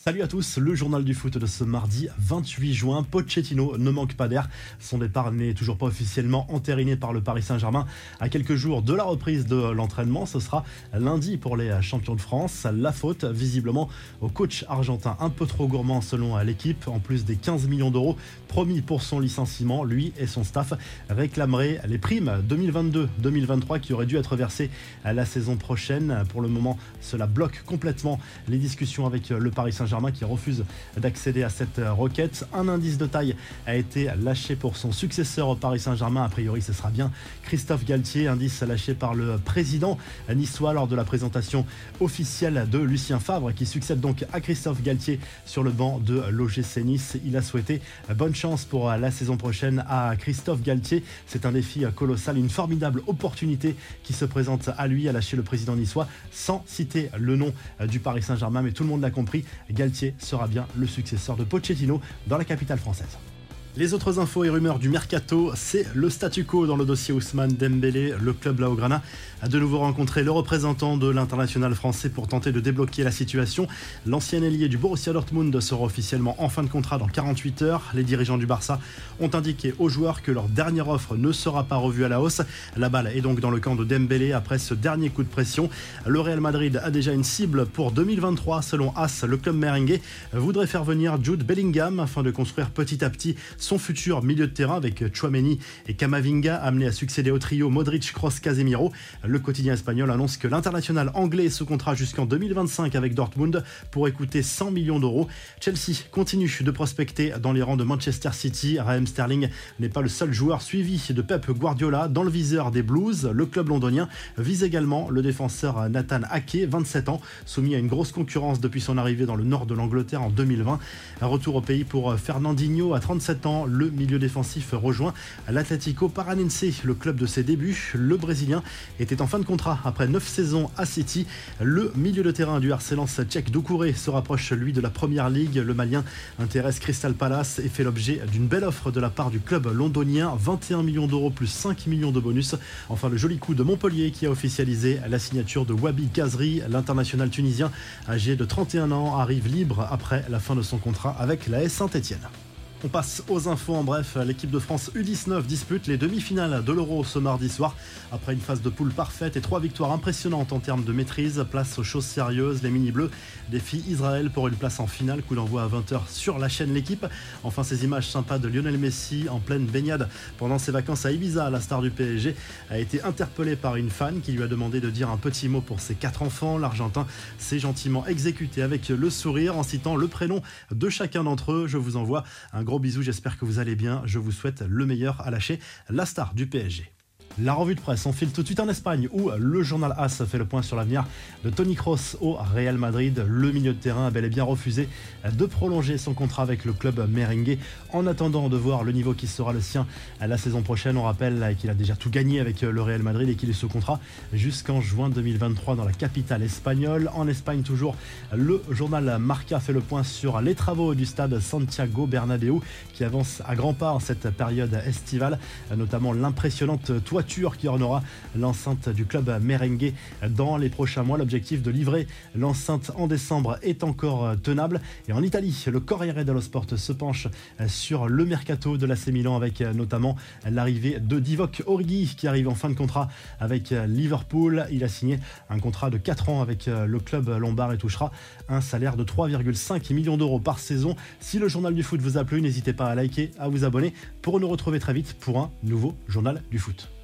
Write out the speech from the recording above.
Salut à tous, le journal du foot de ce mardi 28 juin. Pochettino ne manque pas d'air. Son départ n'est toujours pas officiellement entériné par le Paris Saint-Germain. À quelques jours de la reprise de l'entraînement, ce sera lundi pour les champions de France. La faute, visiblement, au coach argentin un peu trop gourmand selon l'équipe. En plus des 15 millions d'euros promis pour son licenciement, lui et son staff réclameraient les primes 2022-2023 qui auraient dû être versées à la saison prochaine. Pour le moment, cela bloque complètement les discussions avec le Paris Saint-Germain qui refuse d'accéder à cette requête. Un indice de taille a été lâché pour son successeur au Paris Saint-Germain. A priori, ce sera bien Christophe Galtier. Indice lâché par le président niçois lors de la présentation officielle de Lucien Favre qui succède donc à Christophe Galtier sur le banc de l'OGC Nice. Il a souhaité bonne chance pour la saison prochaine à Christophe Galtier. C'est un défi colossal, une formidable opportunité qui se présente à lui, a lâché le président niçois sans citer le nom du Paris Saint-Germain. Mais tout le monde l'a compris, Galtier sera bien le successeur de Pochettino dans la capitale française. Les autres infos et rumeurs du mercato, c'est le statu quo dans le dossier Ousmane Dembélé. Le club Blaugrana a de nouveau rencontré le représentant de l'international français pour tenter de débloquer la situation. L'ancien ailier du Borussia Dortmund sera officiellement en fin de contrat dans 48 heures. Les dirigeants du Barça ont indiqué aux joueurs que leur dernière offre ne sera pas revue à la hausse. La balle est donc dans le camp de Dembélé après ce dernier coup de pression. Le Real Madrid a déjà une cible pour 2023. Selon AS, le club merengue voudrait faire venir Jude Bellingham afin de construire petit à petit son futur milieu de terrain avec Tchouaméni et Camavinga amené à succéder au trio Modric, Kroos, Casemiro. Le quotidien espagnol annonce que l'international anglais est sous contrat jusqu'en 2025 avec Dortmund pour coûter 100 millions d'euros. Chelsea continue de prospecter dans les rangs de Manchester City. Raheem Sterling n'est pas le seul joueur suivi de Pep Guardiola dans le viseur des Blues. Le club londonien vise également le défenseur Nathan Ake, 27 ans, soumis à une grosse concurrence depuis son arrivée dans le nord de l'Angleterre en 2020. Un retour au pays pour Fernandinho à 37 ans. Le milieu défensif rejoint l'Atlético Paranense, le club de ses débuts. Le Brésilien était en fin de contrat après 9 saisons à City. Le milieu de terrain du RC Lens tchèque Doucouré se rapproche lui de la première ligue. Le Malien intéresse Crystal Palace et fait l'objet d'une belle offre de la part du club londonien, 21 millions d'euros plus 5 millions de bonus. Enfin, le joli coup de Montpellier qui a officialisé la signature de Wabi Kazri. L'international tunisien âgé de 31 ans arrive libre après la fin de son contrat avec l'AS Saint-Etienne. On passe aux infos en bref. L'équipe de France U19 dispute les demi-finales de l'Euro ce mardi soir. Après une phase de poule parfaite et 3 victoires impressionnantes en termes de maîtrise, place aux choses sérieuses. Les mini-bleus défient Israël pour une place en finale. Coup d'envoi à 20h sur la chaîne L'équipe. Enfin, ces images sympas de Lionel Messi en pleine baignade pendant ses vacances à Ibiza, la star du PSG, a été interpellé par une fan qui lui a demandé de dire un petit mot pour ses 4 enfants. L'Argentin s'est gentiment exécuté avec le sourire en citant le prénom de chacun d'entre eux. Je vous envoie un gros bisous, j'espère que vous allez bien. Je vous souhaite le meilleur, à lâcher la star du PSG. La revue de presse, on file tout de suite en Espagne où le journal AS fait le point sur l'avenir de Toni Kroos au Real Madrid. Le milieu de terrain a bel et bien refusé de prolonger son contrat avec le club merengue en attendant de voir le niveau qui sera le sien la saison prochaine. On rappelle qu'il a déjà tout gagné avec le Real Madrid et qu'il est sous contrat jusqu'en juin 2023 dans la capitale espagnole. En Espagne toujours, le journal Marca fait le point sur les travaux du stade Santiago Bernabéu qui avance à grands pas en cette période estivale, notamment l'impressionnante toiture qui ornera l'enceinte du club merengue dans les prochains mois. L'objectif de livrer l'enceinte en décembre est encore tenable. Et en Italie, le Corriere dello Sport se penche sur le mercato de l'AC Milan avec notamment l'arrivée de Divock Origi qui arrive en fin de contrat avec Liverpool. Il a signé un contrat de 4 ans avec le club lombard et touchera un salaire de 3,5 millions d'euros par saison. Si le journal du foot vous a plu, n'hésitez pas à liker, à vous abonner pour nous retrouver très vite pour un nouveau journal du foot.